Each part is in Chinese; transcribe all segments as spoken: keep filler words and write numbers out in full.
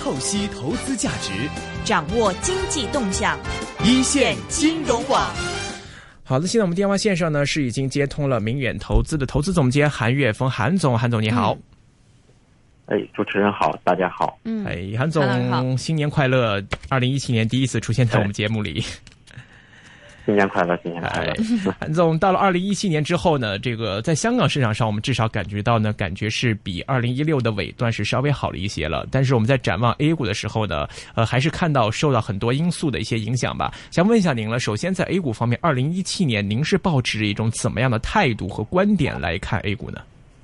透析投资价值， 掌握经济动向， 一线金融网。 好的，现在我们电话线上呢是已经接通了明远投资的投资总监韩岳峰，韩总，韩总你好。 嗯、哎，主持人好，大家好。 嗯，哎，韩总，新年快乐！二零一七年第一次出现在我们节目里。 新年快乐，新年快乐！ 韩总，到了二零一七年之后呢，这个在香港市场上，我们至少感觉到呢，感觉是比二零一六的尾段是稍微好了一些了。但是我们在展望 A 股的时候呢，呃，还是看到受到很多因素的一些影响吧。想问一下您了，首先在 A 股方面，二零一七年您是抱持一种怎么样的态度和观点来看 A 股呢？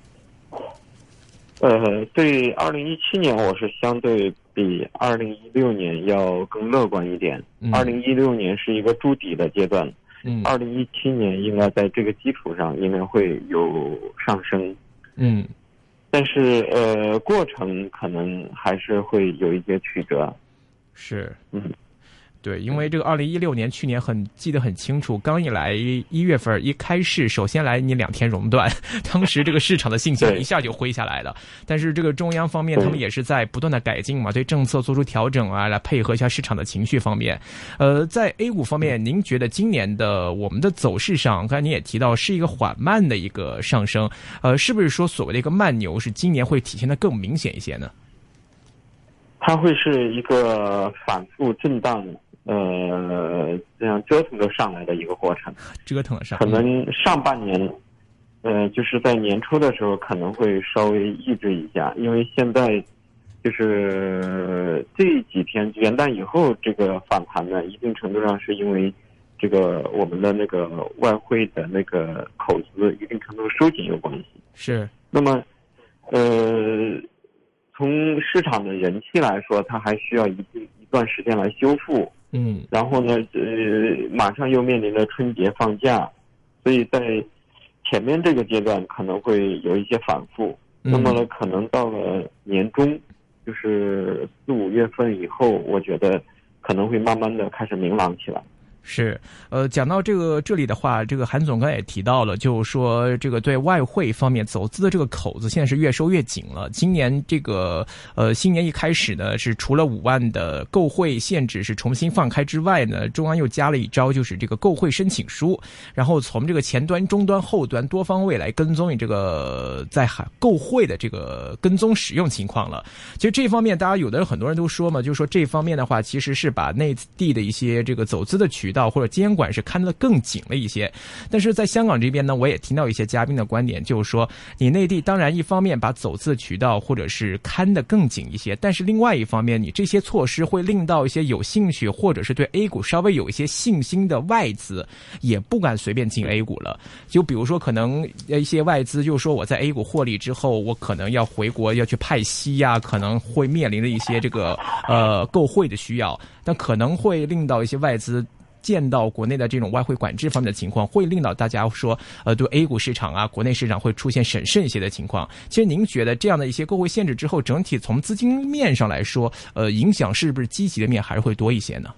呃，对二零一七年我是相对比二零一六年要更乐观一点。二零一六年是一个筑底的阶段， 嗯， 二零一七年应该在这个基础上应该会有上升， 嗯， 但是呃，过程可能还是会有一些曲折， 是， 嗯。 对，因为这个二零一六年去年很记得很清楚，刚一来一月份一开市，首先来你两天熔断，当时这个市场的信心一下就挥下来了。但是这个中央方面他们也是在不断的改进嘛，对政策做出调整啊，来配合一下市场的情绪方面。呃，在 A 股方面，您觉得今年的我们的走势上，刚才您也提到是一个缓慢的一个上升，呃，是不是说所谓的一个慢牛是今年会体现的更明显一些呢？ 它会是一个反复震荡。呃，这样折腾着上来的一个过程， 折腾了上， 可能上半年，呃，就是在年初的时候可能会稍微抑制一下，因为现在就是这几天元旦以后这个反弹呢，一定程度上是因为这个我们的那个外汇的那个口子一定程度收紧有关系。 是， 那么，呃，从市场的人气来说，它还需要一定一段时间来修复。 嗯， 然后呢，呃，马上又面临着春节放假，所以在前面这个阶段可能会有一些反复。 嗯、 那么呢，可能到了年中，就是四五月份以后，我觉得可能会慢慢的开始明朗起来。 是，呃，讲到这个这里的话，这个韩总刚才也提到了，就是说这个对外汇方面走资的这个口子现在是越收越紧了。今年这个呃新年一开始呢，是除了五万的购汇限制是重新放开之外呢，中央又加了一招，就是这个购汇申请书，然后从这个前端、中端、后端多方位来跟踪你这个在海购汇的这个跟踪使用情况了。其实这方面，大家有的人很多人都说嘛，就是说这方面的话，其实是把内地的一些这个走资的渠道或者监管是看得更紧了一些。但是在香港这边呢，我也听到一些嘉宾的观点，就是说你内地当然一方面把走资的渠道或者是看得更紧一些，但是另外一方面，你这些措施会令到一些有兴趣或者是对 A 股稍微有一些信心的外资也不敢随便进 A 股了。就比如说可能一些外资就说我在 A 股获利之后，我可能要回国要去派息呀、啊，可能会面临的一些这个呃购汇的需要，但可能会令到一些外资见到国内的这种外汇管制方面的情况，会令到大家说，呃，对 A 股市场啊，国内市场会出现审慎一些的情况。其实您觉得这样的一些购汇限制之后，整体从资金面上来说，呃，影响是不是积极的面还是会多一些呢？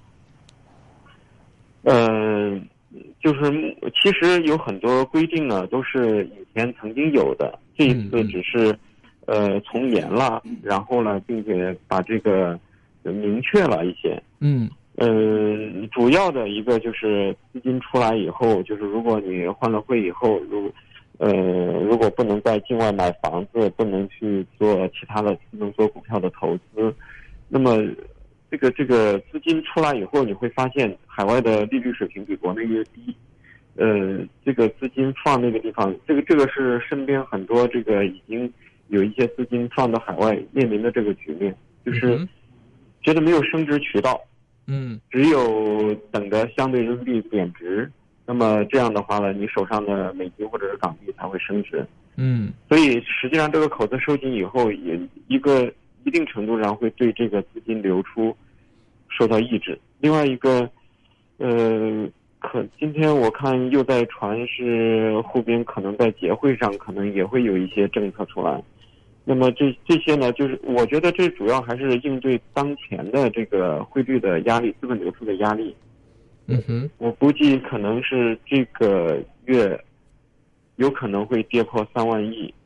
呃，就是其实有很多规定呢，都是以前曾经有的，这一次只是、嗯、呃从严了，然后呢，并且把这个明确了一些。 嗯。 呃，主要的一个就是资金出来以后，就是如果你换了汇以后，如呃如果不能在境外买房子，不能去做其他的，不能做股票的投资，那么这个这个资金出来以后，你会发现海外的利率水平比国内越低。呃，这个资金放那个地方，这个这个是身边很多这个已经有一些资金放到海外面临的这个局面，就是觉得没有升值渠道。 嗯， 只有等着相对人民币贬值，那么这样的话呢，你手上的美金或者是港币才会升值。 嗯， 所以实际上这个口子收紧以后，也一个一定程度上会对这个资金流出受到抑制。另外一个，呃，可今天我看又在传是后边可能在结汇上可能也会有一些政策出来。那么这这些呢，就是我觉得这主要还是应对当前的这个汇率的压力、资本流出的压力。 嗯哼， 我估计可能是这个月有可能会跌破三万亿，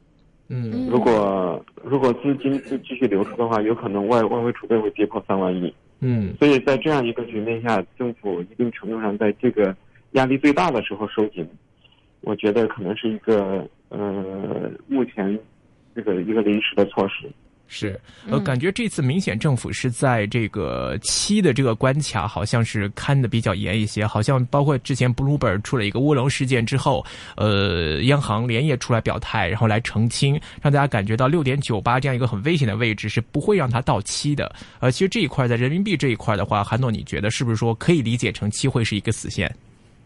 嗯， 如果如果资金继续流出的话，有可能外外汇储备会跌破三万亿。 嗯， 所以在这样一个局面下，政府一定程度上在这个压力最大的时候收紧，我觉得可能是一个呃目前这个一个临时的措施。 是，呃，感觉这次明显政府是在这个期的这个关卡，好像是看得比较严一些，好像包括之前 Bloomberg 出了一个乌龙事件之后，呃，央行连夜出来表态，然后来澄清，让大家感觉到六点九八这样一个很危险的位置是不会让它到期的。呃，其实这一块在人民币这一块的话，韩总你觉得是不是说可以理解成期会是一个死线？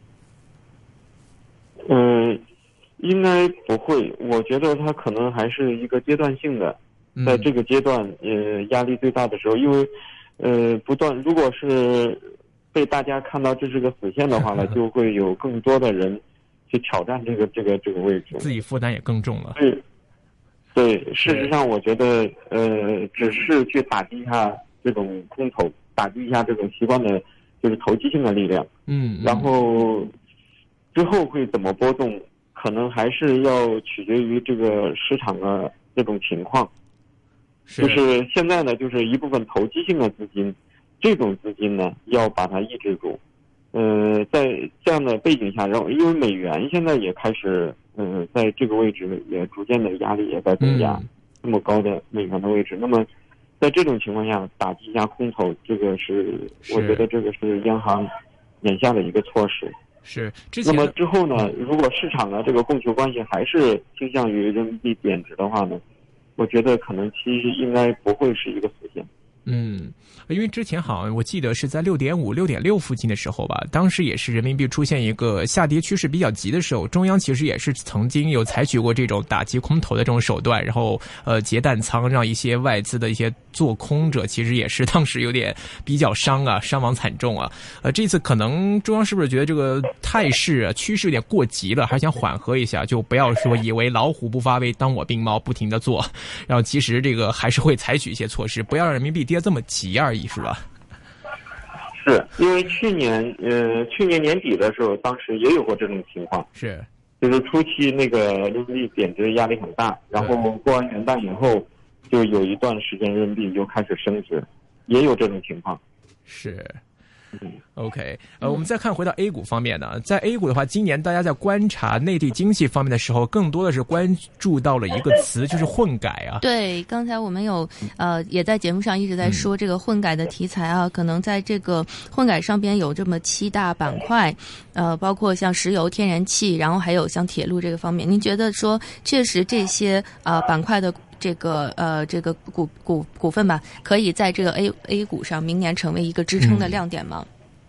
嗯，应该不会，我觉得它可能还是一个阶段性的。在这个阶段，呃，压力最大的时候，因为，呃，不断，如果是被大家看到这是个死线的话呢，就会有更多的人去挑战这个这个这个位置， 自己负担也更重了。 对，对，事实上，我觉得，呃，只是去打击一下这种空头，打击一下这种习惯的，就是投机性的力量。 嗯， 然后之后会怎么波动，可能还是要取决于这个市场的这种情况。就是现在呢，就是一部分投机性的资金，这种资金呢要把它抑制住。呃，在这样的背景下，然后因为美元现在也开始，呃，在这个位置也逐渐的压力也在增加，这么高的美元的位置，那么在这种情况下打击一下空头，这个是我觉得这个是央行眼下的一个措施。 是，之前那么之后呢，如果市场的这个供求关系还是倾向于人民币贬值的话呢，我觉得可能其实应该不会是一个死线。 嗯，因为之前好像我记得是在六点五、六点六附近的时候吧，当时也是人民币出现一个下跌趋势比较急的时候，中央其实也是曾经有采取过这种打击空头的这种手段，然后呃结淡仓，让一些外资的一些做空者其实也是当时有点比较伤啊，伤亡惨重啊。呃，这次可能中央是不是觉得这个态势啊趋势有点过急了，还想缓和一下，就不要说以为老虎不发威，当我病猫，不停的做，然后其实这个还是会采取一些措施，不要让人民币跌这么急而已，是吧？ 是因为去年，呃，去年年底的时候，当时也有过这种情况， 是， 就是初期那个人民币贬值压力很大，然后过完元旦以后，就有一段时间人民币又开始升值，也有这种情况。 是。OK， 呃，我们再看回到 A 股方面呢，在 A 股的话，今年大家在观察内地经济方面的时候，更多的是关注到了一个词，就是混改啊。 对，刚才我们有呃也在节目上一直在说这个混改的题材啊，嗯、可能在这个混改上边有这么七大板块，呃，包括像石油、天然气，然后还有像铁路这个方面，您觉得说确实这些呃板块的这个呃这个股股股份吧，可以在这个 A A 股上明年成为一个支撑的亮点吗？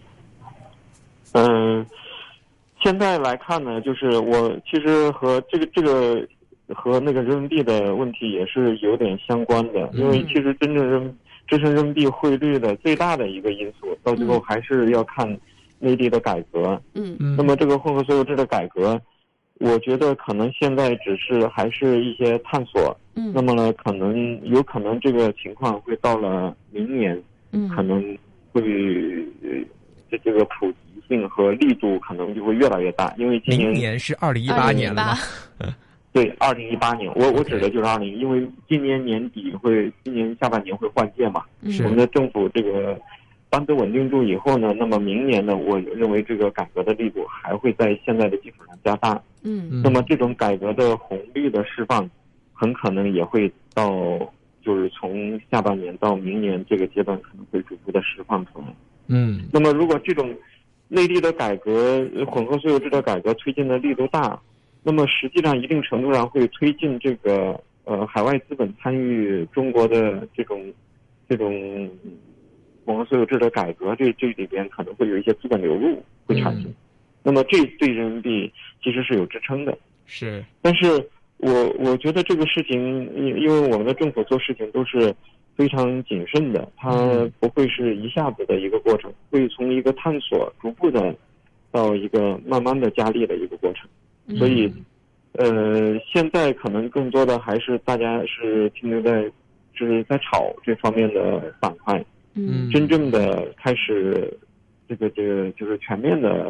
嗯，呃、现在来看呢，就是我其实和这个这个和那个人民币的问题也是有点相关的，因为其实真正人支撑人民币汇率的最大的一个因素，到最后还是要看内地的改革。 嗯嗯，那么这个混合所有制的改革，我觉得可能现在只是还是一些探索。嗯，那么呢，可能有可能这个情况会到了明年，嗯，可能会这这个普及性和力度可能就会越来越大，因为今年明年是二零一八年了吗？ 对，二零一八年，我我指的就是二零，因为今年年底会，今年下半年会换届嘛，我们的政府这个班子稳定住以后呢，那么明年呢，我认为这个改革的力度还会在现在的基础上加大。嗯，那么这种改革的红利的释放，很可能也会到，就是从下半年到明年这个阶段，可能会逐步的释放出来。嗯，那么如果这种内地的改革、混合所有制的改革推进的力度大，那么实际上一定程度上会推进这个呃海外资本参与中国的这种这种混合所有制的改革，这这里边可能会有一些资本流入会产生。嗯，那么这对人民币其实是有支撑的。 是， 但是我我觉得这个事情，因因为我们的政府做事情都是非常谨慎的，它不会是一下子的一个过程，会从一个探索逐步的到一个慢慢的加力的一个过程。所以，呃，现在可能更多的还是大家是停留在是在炒这方面的板块，嗯，真正的开始这个这个就是全面的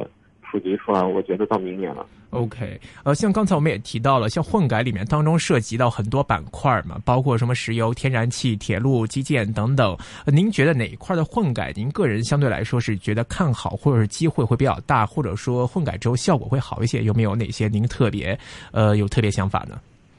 普及出来，我觉得到明年了。 OK， 呃，像刚才我们也提到了，像混改里面当中涉及到很多板块嘛，包括什么石油、天然气、铁路、基建等等。呃、您觉得哪一块的混改，您个人相对来说是觉得看好，或者是机会会比较大，或者说混改之后效果会好一些？有没有哪些您特别呃有特别想法呢？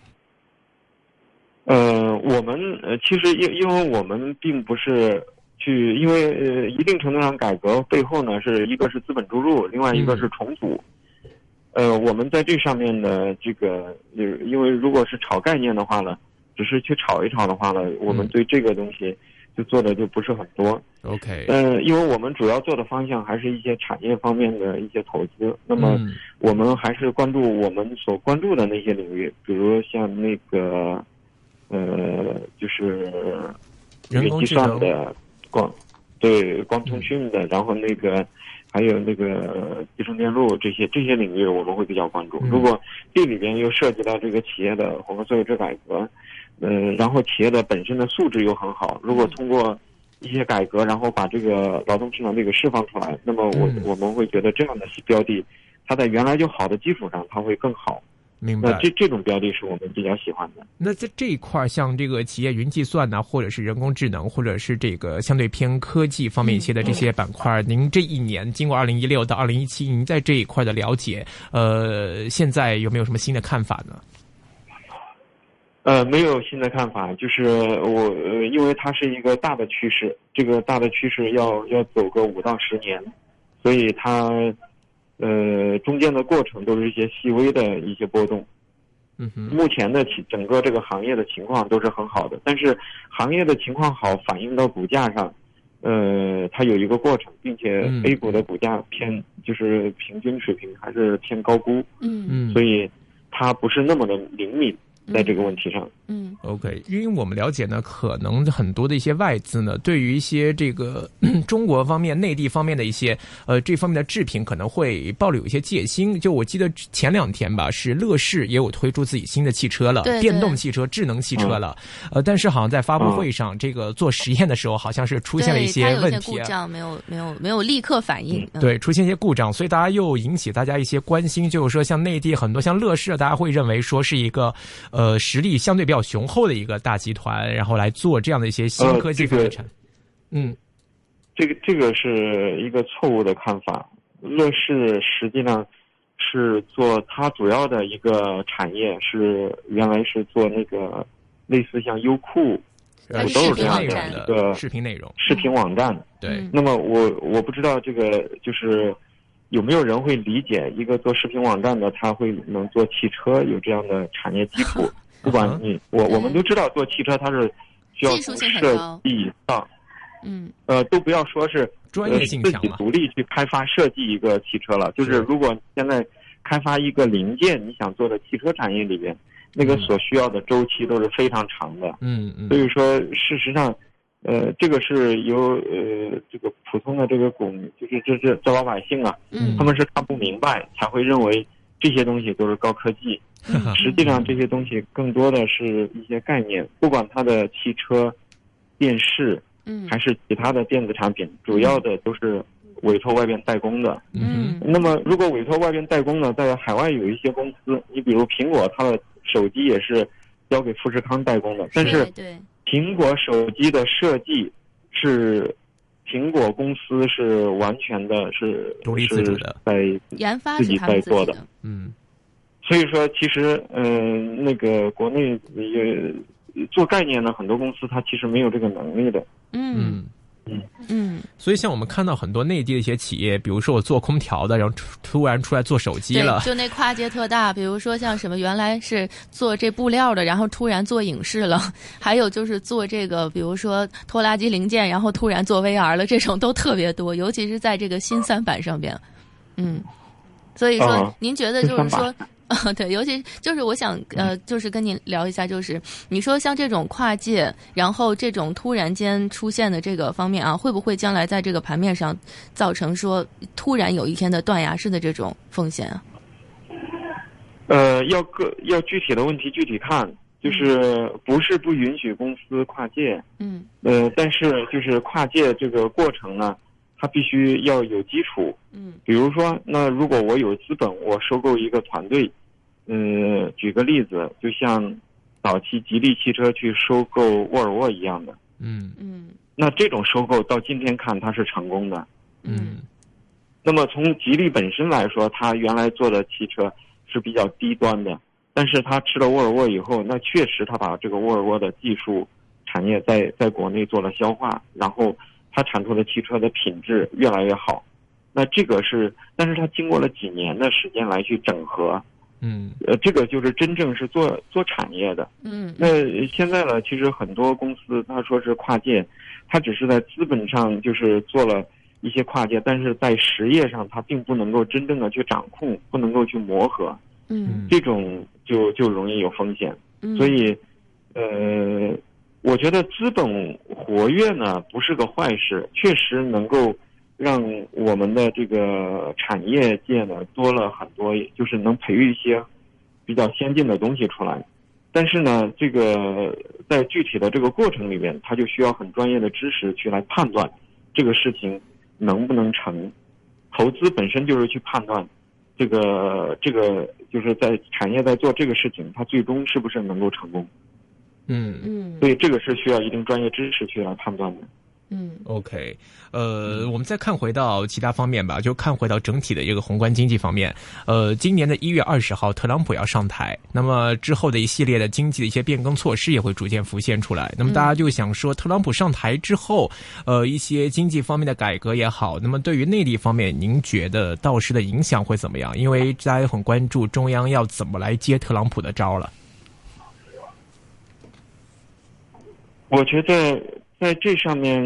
呃，我们呃，其实因因为我们并不是去，因为呃一定程度上改革背后呢，是一个是资本注入，另外一个是重组。嗯呃，我们在这上面的这个，因为如果是炒概念的话呢，只是去炒一炒的话呢，我们对这个东西就做的就不是很多。 OK， 呃，因为我们主要做的方向还是一些产业方面的一些投资，那么我们还是关注我们所关注的那些领域，比如像那个，呃，就是人工计算的光，对，光通讯的，然后那个。还有那个集成电路这些这些领域我们会比较关注。如果这里边又涉及到这个企业的混合所有制改革，呃，然后企业的本身的素质又很好，如果通过一些改革，然后把这个劳动市场这个释放出来，那么我我们会觉得这样的标的，它在原来就好的基础上，它会更好。 明白。 那这这种标的是我们比较喜欢的。 那在这一块，像这个企业云计算呢，或者是人工智能，或者是这个相对偏科技方面一些的这些板块，嗯、您这一年经过二零一六到二零一七，您在这一块的了解，呃，现在有没有什么新的看法呢？ 呃，没有新的看法，就是我呃，因为它是一个大的趋势，这个大的趋势要要走个五到十年，所以它。呃，中间的过程都是一些细微的一些波动。 嗯哼， 目前的整个这个行业的情况都是很好的，但是行业的情况好反映到股价上，呃，它有一个过程，并且 A 股的股价偏就是平均水平还是偏高估。 嗯嗯， 所以它不是那么的灵敏。在这个问题上， 嗯 ，OK， 因为我们了解呢，可能很多的一些外资呢，对于一些这个中国方面、内地方面的一些呃这方面的制品，可能会抱有一些戒心。就我记得前两天吧，是乐视也有推出自己新的汽车了， 对对电动汽车、智能汽车了。嗯、呃，但是好像在发布会上，嗯、这个做实验的时候，好像是出现了一些问题、啊， 故障没有没有没有立刻反应、 嗯，对，出现一些故障，所以大家又引起大家一些关心，就是说像内地很多像乐视，大家会认为说是一个。呃，实力相对比较雄厚的一个大集团，然后来做这样的一些新科技方面产，呃这个、嗯， 这个这个是一个错误的看法。乐视实际上是做它主要的一个产业是原来是做那个类似像优酷、土豆这样的一个视频内容、 视频网站。 对， 那么我我不知道这个就是。有没有人会理解一个做视频网站的，他会能做汽车，有这样的产业基础？不管你我我们都知道，做汽车它是需要从设计到， 嗯， 呃，都不要说是专业性强自己独立去开发设计一个汽车了。就是如果现在开发一个零件，你想做的汽车产业里边，那个所需要的周期都是非常长的。 嗯嗯。 所以说，事实上。呃，这个是由呃这个普通的这个股，就是这这这老百姓啊， 嗯， 他们是看不明白，才会认为这些东西都是高科技。 嗯、 实际上，这些东西更多的是一些概念，不管它的汽车、电视， 嗯， 还是其他的电子产品，主要的都是委托外边代工的。 嗯， 那么如果委托外边代工呢，在海外有一些公司，你比如苹果，它的手机也是交给富士康代工的，但是对。 苹果手机的设计是苹果公司是完全的是独立自主的， 在研发自己在做的。 嗯， 所以说其实嗯、呃，那个国内也做概念的很多公司，它其实没有这个能力的。 嗯嗯嗯， 所以像我们看到很多内地的一些企业，比如说我做空调的，然后突然出来做手机了， 就那跨界特大。比如说像什么原来是做这布料的，然后突然做影视了；还有就是做这个，比如说拖拉机零件，然后突然做 V R 了，这种都特别多，尤其是在这个新三板上边。嗯，所以说、 哦、 您觉得就是说。啊，对，尤其就是我想，呃，就是跟您聊一下，就是你说像这种跨界，然后这种突然间出现的这个方面啊，会不会将来在这个盘面上造成说突然有一天的断崖式的这种风险啊？ 呃，要个要具体的问题具体看，就是不是不允许公司跨界， 嗯， 呃，但是就是跨界这个过程呢， 它必须要有基础。 嗯， 比如说，那如果我有资本，我收购一个团队，嗯、呃，举个例子，就像早期吉利汽车去收购沃尔沃一样的。 嗯嗯， 那这种收购到今天看它是成功的。 嗯， 那么从吉利本身来说，它原来做的汽车是比较低端的，但是它吃了沃尔沃以后，那确实它把这个沃尔沃的技术产业在在国内做了消化，然后它产出的汽车的品质越来越好。那这个是，但是它经过了几年的时间来去整合， 嗯， 呃，这个就是真正是做做产业的。 嗯， 那现在呢，其实很多公司他说是跨界，他只是在资本上就是做了一些跨界，但是在实业上他并不能够真正的去掌控，不能够去磨合， 嗯， 这种就就容易有风险。 嗯， 所以，呃，我觉得资本活跃呢不是个坏事，确实能够让我们的这个产业界呢多了很多，就是能培育一些比较先进的东西出来。但是呢，这个在具体的这个过程里面，它就需要很专业的知识去来判断这个事情能不能成。投资本身就是去判断这个这个就是在产业在做这个事情，它最终是不是能够成功。 嗯嗯， 所以这个是需要一定专业知识去来判断的。 嗯 ，OK， 呃，我们再看回到其他方面吧，就看回到整体的这个宏观经济方面。呃，今年的一月二十号，特朗普要上台，那么之后的一系列的经济的一些变更措施也会逐渐浮现出来。那么大家就想说，特朗普上台之后，呃，一些经济方面的改革也好，那么对于内地方面，您觉得到时的影响会怎么样？因为大家也很关注中央要怎么来接特朗普的招了。 我觉得在这上面，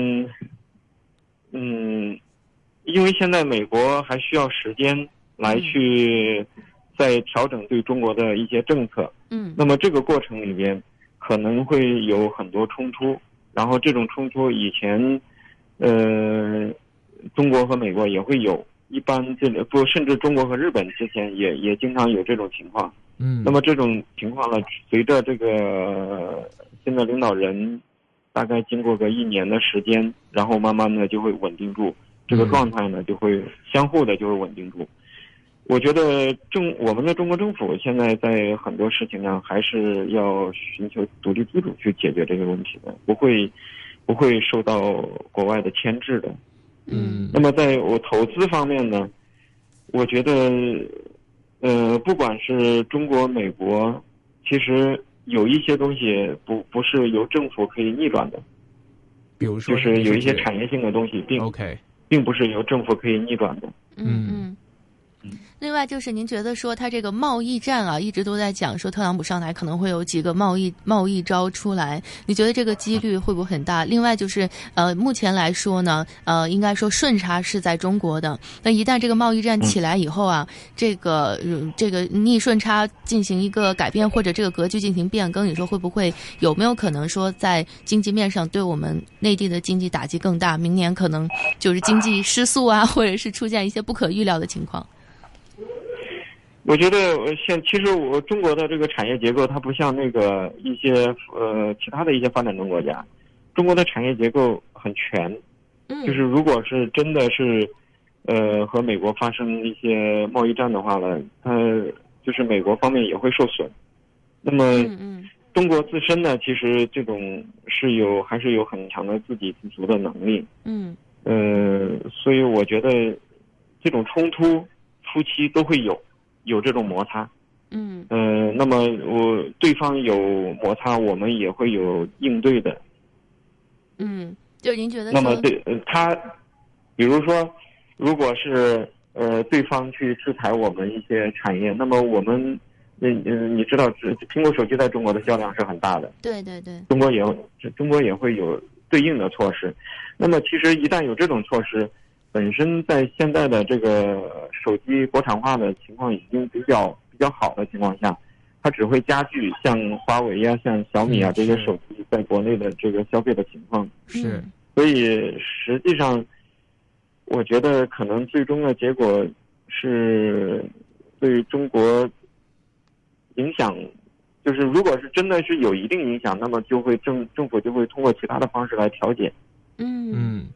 嗯，因为现在美国还需要时间来去再调整对中国的一些政策， 嗯， 那么这个过程里边可能会有很多冲突，然后这种冲突以前，呃，中国和美国也会有，一般这不甚至中国和日本之前也也经常有这种情况， 嗯， 那么这种情况呢，随着这个现在领导人大概经过个一年的时间，然后慢慢的就会稳定住，这个状态呢就会相互的就会稳定住。我觉得政我们的中国政府现在在很多事情上还是要寻求独立自主去解决这个问题的，不会不会受到国外的牵制的。 嗯， 那么在我投资方面呢，我觉得呃不管是中国美国，其实有一些东西不不是由政府可以逆转的， 比如说就是有一些产业性的东西并 OK， 并不是由政府可以逆转的。 嗯嗯。另外就是您觉得说他这个贸易战啊，一直都在讲说特朗普上台可能会有几个贸易贸易招出来，你觉得这个几率会不会很大？另外就是呃，目前来说呢，呃，应该说顺差是在中国的，那一旦这个贸易战起来以后啊，这个、呃、这个逆顺差进行一个改变，或者这个格局进行变更，你说会不会有没有可能说在经济面上对我们内地的经济打击更大？明年可能就是经济失速啊，或者是出现一些不可预料的情况。 我觉得现其实我中国的这个产业结构，它不像那个一些呃其他的一些发展中国家，中国的产业结构很全，就是如果是真的是呃和美国发生一些贸易战的话呢，它就是美国方面也会受损。那么中国自身呢，其实这种是有还是有很强的自给自足的能力。 嗯， 呃，所以我觉得这种冲突初期都会有。有这种摩擦， 嗯， 呃，那么我对方有摩擦，我们也会有应对的。 嗯，就您觉得？ 那么对，呃，他，比如说，如果是呃对方去制裁我们一些产业，那么我们，嗯嗯，你知道，苹果手机在中国的销量是很大的， 对对对， 中国也中国也会有对应的措施。那么其实一旦有这种措施，本身在现在的这个手机国产化的情况已经比较比较好的情况下，它只会加剧像华为啊、像小米啊这些手机在国内的这个消费的情况。 是， 所以实际上，我觉得可能最终的结果是对中国影响，就是如果是真的是有一定影响，那么就会政政府就会通过其他的方式来调节。 嗯嗯。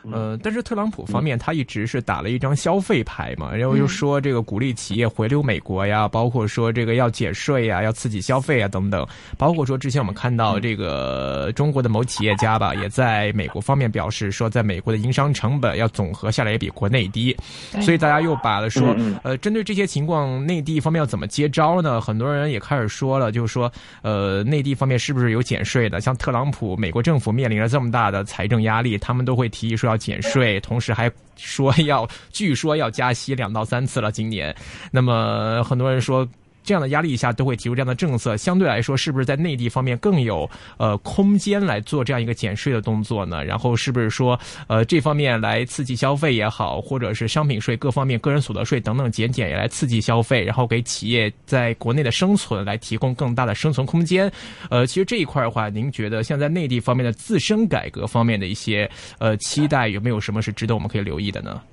呃，但是特朗普方面他一直是打了一张消费牌嘛，然后又说这个鼓励企业回流美国呀，包括说这个要减税呀，要刺激消费啊等等，包括说之前我们看到这个中国的某企业家吧，也在美国方面表示说，在美国的营商成本要总和下来也比国内低，所以大家又把了说，呃，针对这些情况，内地方面要怎么接招呢？很多人也开始说了，就是说，呃，内地方面是不是有减税的？像特朗普，美国政府面临着这么大的财政压力，他们都会提议说要减税，同时还说要，据说要加息两到三次了今年。那么很多人说，这样的压力下都会提出这样的政策，相对来说是不是在内地方面更有呃空间来做这样一个减税的动作呢？然后是不是说呃这方面来刺激消费也好，或者是商品税各方面个人所得税等等减减也来刺激消费，然后给企业在国内的生存来提供更大的生存空间？呃，其实这一块的话，您觉得像在内地方面的自身改革方面的一些呃期待，有没有什么是值得我们可以留意的呢？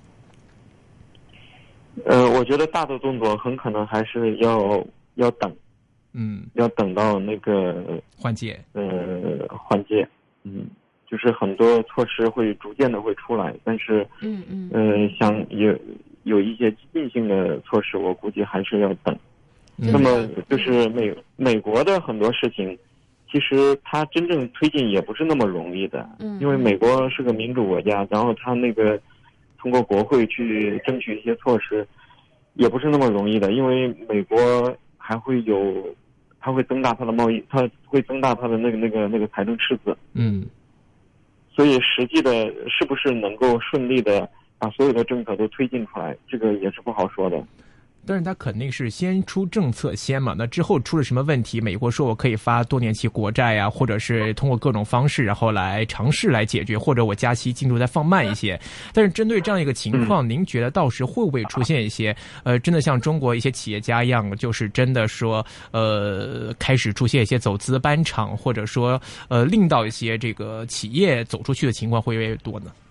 呃，我觉得大的动作很可能还是要要等， 嗯， 要等到那个换届， 呃，换届，嗯，就是很多措施会逐渐的会出来，但是， 嗯嗯， 呃，像有有一些激进性的措施，我估计还是要等。 嗯、 那么就是美美国的很多事情，其实它真正推进也不是那么容易的， 嗯， 因为美国是个民主国家，然后它那个。通过国会去争取一些措施，也不是那么容易的，因为美国还会有，它会增大它的贸易，它会增大它的那个那个那个财政赤字。 嗯， 所以实际的是不是能够顺利的把所有的政策都推进出来，这个也是不好说的。 但是他肯定是先出政策先嘛，那之后出了什么问题，美国说我可以发多年期国债啊，或者是通过各种方式然后来尝试来解决，或者我加息进度再放慢一些。但是针对这样一个情况，您觉得到时会不会出现一些呃真的像中国一些企业家一样，就是真的说呃开始出现一些走资搬厂，或者说呃令到一些这个企业走出去的情况会越来越多呢？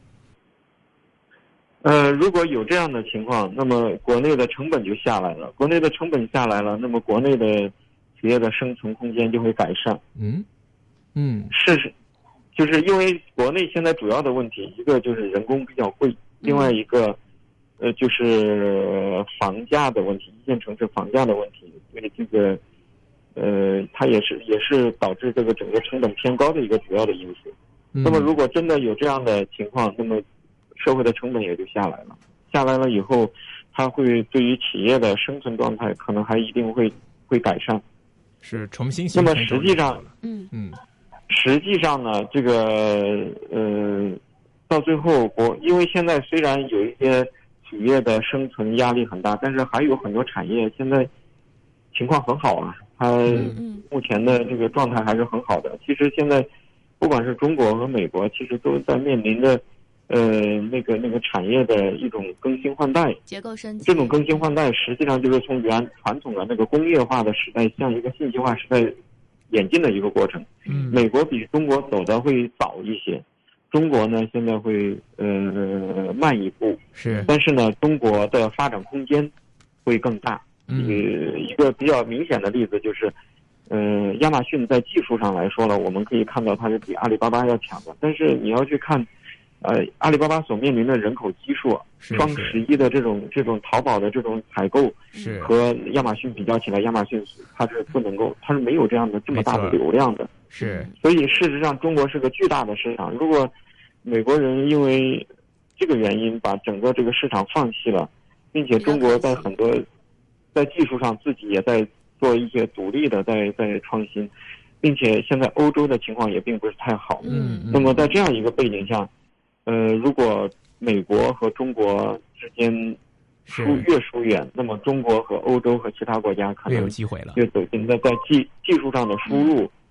呃，如果有这样的情况，那么国内的成本就下来了。国内的成本下来了，那么国内的企业的生存空间就会改善。 嗯嗯， 是，就是因为国内现在主要的问题，一个就是人工比较贵，另外一个，呃，就是房价的问题，一线城市房价的问题，所以这个，呃，它也是也是导致这个整个成本偏高的一个主要的因素。 嗯、 那么如果真的有这样的情况，那么社会的成本也就下来了，下来了以后，它会对于企业的生存状态可能还一定会会改善， 是重新那么实际上， 嗯嗯， 实际上呢，这个呃，到最后国，因为现在虽然有一些企业的生存压力很大，但是还有很多产业现在情况很好啊，它目前的这个状态还是很好的。其实现在不管是中国和美国，其实都在面临着。呃，那个那个产业的一种更新换代， 结构升级。 这种更新换代实际上就是从原传统的那个工业化的时代向一个信息化时代演进的一个过程。 嗯， 美国比中国走的会早一些，中国呢现在会呃慢一步， 是， 但是呢，中国的发展空间会更大。 嗯， 呃，一个比较明显的例子就是。呃，亚马逊在技术上来说呢，我们可以看到它是比阿里巴巴要强的，但是你要去看。呃，阿里巴巴所面临的人口基数，双十一的这种这种淘宝的这种采购， 是和亚马逊比较起来，亚马逊它是不能够，它是没有这样的这么大的流量的。 是， 所以事实上，中国是个巨大的市场。如果美国人因为这个原因把整个这个市场放弃了，并且中国在很多在技术上自己也在做一些独立的在在创新，并且现在欧洲的情况也并不是太好。 嗯， 那么在这样一个背景下。呃，如果美国和中国之间疏越疏远，那么中国和欧洲和其他国家可能越有机会了， 越走近。那在技技术上的输入